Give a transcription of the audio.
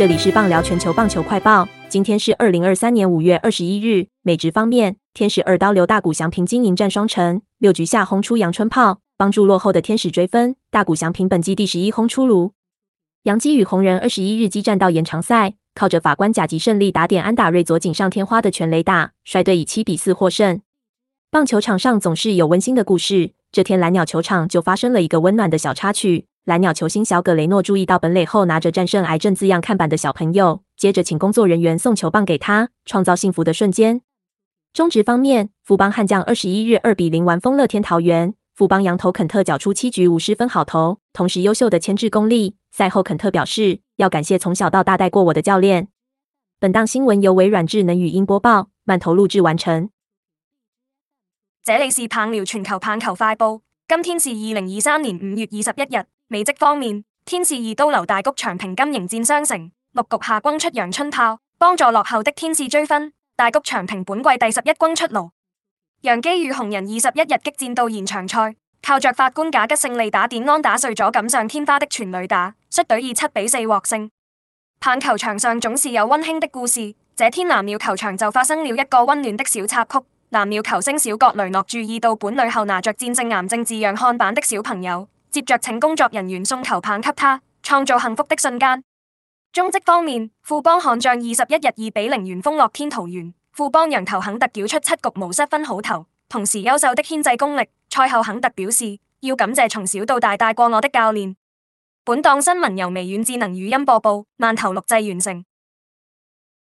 这里是棒聊全球棒球快报，今天是2023年5月21日。美职方面，天使二刀流大谷翔平今迎战双城，6局下轰出阳春炮，帮助落后的天使追分。大谷翔平本季第11轰出炉。洋基与红人21日激战到延长赛，靠着法官甲级胜利打点安打瑞佐锦上添花的全垒打，率队以7-4获胜。棒球场上总是有温馨的故事，这天蓝鸟球场就发生了一个温暖的小插曲。蓝鸟球星小葛雷诺注意到本垒后拿着战胜癌症字样看板的小朋友，接着请工作人员送球棒给他，创造幸福的瞬间。中职方面，富邦悍将21日2-0完封乐天桃园，富邦洋投肯特缴出7局无失分好投，同时优秀的牵制功力。赛后肯特表示，要感谢从小到大带过我的教练。本档新闻由微软智能语音播報，慢投錄製完成。 這裡是棒聊全球棒球快報，今天是2023年5月21日。美職方面，天使二刀流大谷翔平今迎戰雙城，6局下轟出陽春炮，幫助落後的天使追分。大谷翔平本季第11轟出爐。洋基與紅人21日激戰到延長賽，靠着法官賈吉勝利打點安打碎咗錦上添花的全壘打，率隊以7-4獲勝。棒球場上總是有溫馨的故事，這天藍鳥球場就發生了一個溫暖的小插曲。藍鳥球星小葛雷諾注意到本壘後拿着戰勝癌症字樣看板的小朋友，接着請工作人員送球棒給他，創造幸福的瞬間。中職方面，富邦悍將21日2-0完封樂天桃園，富邦洋投肯特繳出7局無失分好投，同時優秀的牽制功力。賽後肯特表示，要感謝從小到大帶過我的教練。本檔新聞由微軟智能語音播報，慢投錄製完成。